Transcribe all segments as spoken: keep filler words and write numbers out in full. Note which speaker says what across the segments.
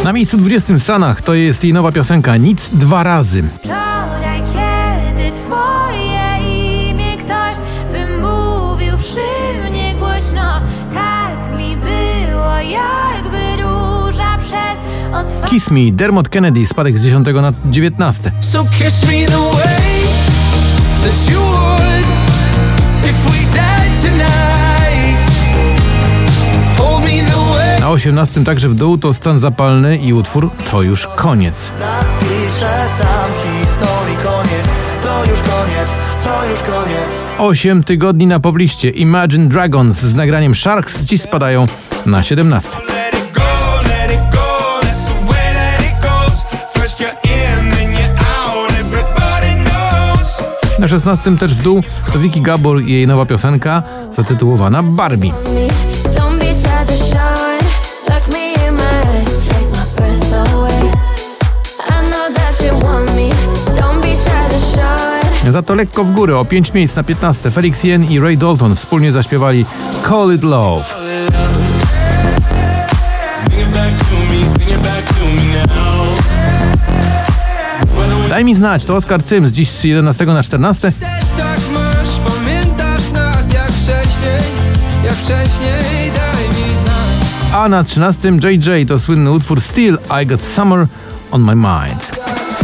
Speaker 1: Na miejscu dwudziestym Sanach to jest jej nowa piosenka Nic dwa razy.
Speaker 2: Wczoraj, kiedy twoje imię ktoś wymówił przy mnie głośno, tak mi było, jakby róża przez otwarcie.
Speaker 1: Kiss Me, Dermot Kennedy, spadek z dziesiątego na dziewiętnaste.
Speaker 3: So kiss me the way that you would if we died tonight. Hold me the way.
Speaker 1: Na osiemnastym także w dół to Stan zapalny i utwór To już koniec.
Speaker 4: Napiszę sam historii koniec, to już koniec, to już koniec.
Speaker 1: Osiem tygodni na pobliście. Imagine Dragons z nagraniem Sharks dziś spadają na siedemnaste.
Speaker 3: Let it go, let it go. That's the way that it goes. First you're in, then you're out. Everybody knows.
Speaker 1: Na szesnastym też w dół to Vicky Gabor i jej nowa piosenka zatytułowana Barbie.
Speaker 2: Don't be shy to shine, look me in my eyes, take my breath away. I know that you want me, don't be shy to shine.
Speaker 1: Za to lekko w górę, o pięć miejsc na piętnaste. Felix Jen i Ray Dalton wspólnie zaśpiewali Call It Love.
Speaker 3: Sing it back to me, sing it back to me now.
Speaker 1: Daj mi znać, to Oskar Cyms, dziś z jedenastego na czternaste.
Speaker 3: Też tak masz, pamiętasz nas jak wcześniej, jak wcześniej, daj mi znać.
Speaker 1: A na trzynastym J J to słynny utwór Still I Got Summer on My Mind.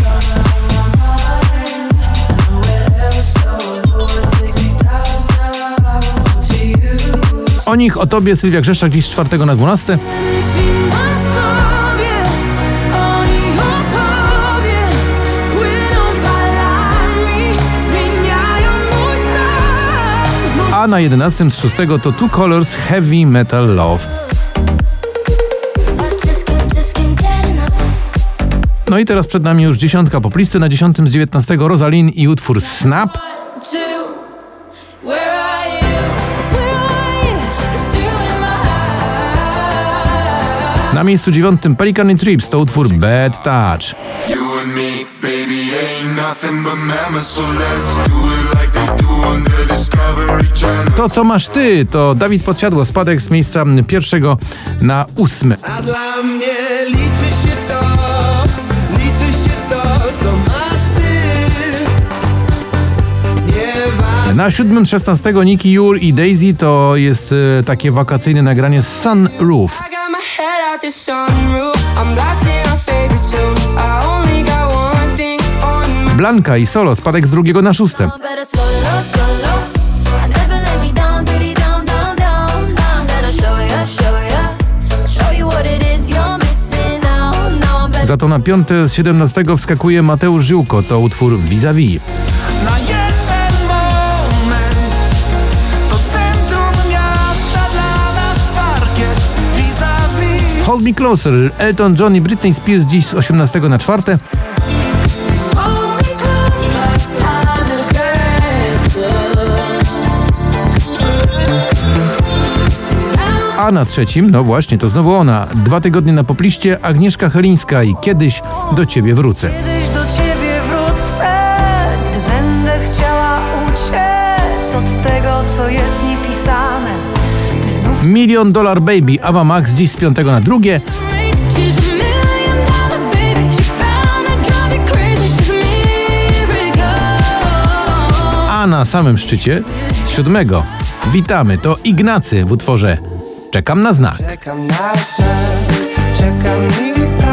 Speaker 1: O nich, o tobie Sylwia Grzeszczak dziś z czwartego na dwunaste.
Speaker 2: Myślimy o sobie, oni o tobie, płyną falami, zmieniają mój stan.
Speaker 1: A na jedenastym z szóstego to Two Colors Heavy Metal Love. No i teraz przed nami już dziesiątka poplisty. Na dziesiątym z dziewiętnastego Rosalind i utwór Snap.
Speaker 2: Two, where are you? Where are you? You're still in my heart.
Speaker 1: Na miejscu dziewiątym Pelican and Trips to utwór Bad Touch.
Speaker 5: You and me, baby, ain't nothing but mammals, so let's do it like they do on the Discovery Channel.
Speaker 1: To co masz ty to Dawid Podsiadło, spadek z miejsca pierwszego na ósmy.
Speaker 3: A dla mnie liczy się to, liczy się to, co masz ty. Nie
Speaker 1: Na siódmym z szesnastego Nicky Jur i Daisy to jest e, takie wakacyjne nagranie Sun Roof.
Speaker 6: I got my head out the sunroof. I'm blasting our favorite tunes. I only got one thing on my
Speaker 1: Blanka i Solo, spadek z drugiego na szóste.
Speaker 2: Better slow low, slow low. I never let me down, diddy down, down, down. Now I'm gonna show ya, show ya, show you what it is you're missing now. Now I'm better.
Speaker 1: Za to na piąte z siedemnastego wskakuje Mateusz Żyłko, to utwór Vis-a-vis.
Speaker 3: na jeden moment. To centrum miasta dla nas parkiet. Vis-a-vis.
Speaker 1: Hold Me Closer, Elton John i Britney Spears dziś z osiemnastego na czwarte.
Speaker 2: Hold me close, like time to dance.
Speaker 1: A na trzecim, no właśnie, to znowu ona. Dwa tygodnie na popliście Agnieszka Chylińska i Kiedyś do ciebie wrócę.
Speaker 7: Kiedyś do ciebie wrócę, gdy będę chciała uciec od tego, co jest mi pisane. By znów
Speaker 1: Milion Dollar Baby, Ava Max dziś z piątego na drugie.
Speaker 2: She's a million dollar baby. She's bound to drive me crazy. She's a miracle.
Speaker 1: A na samym szczycie z siódmego witamy, to Ignacy w utworze Czekam na znak.
Speaker 4: Czekam na znak, czekam nigdy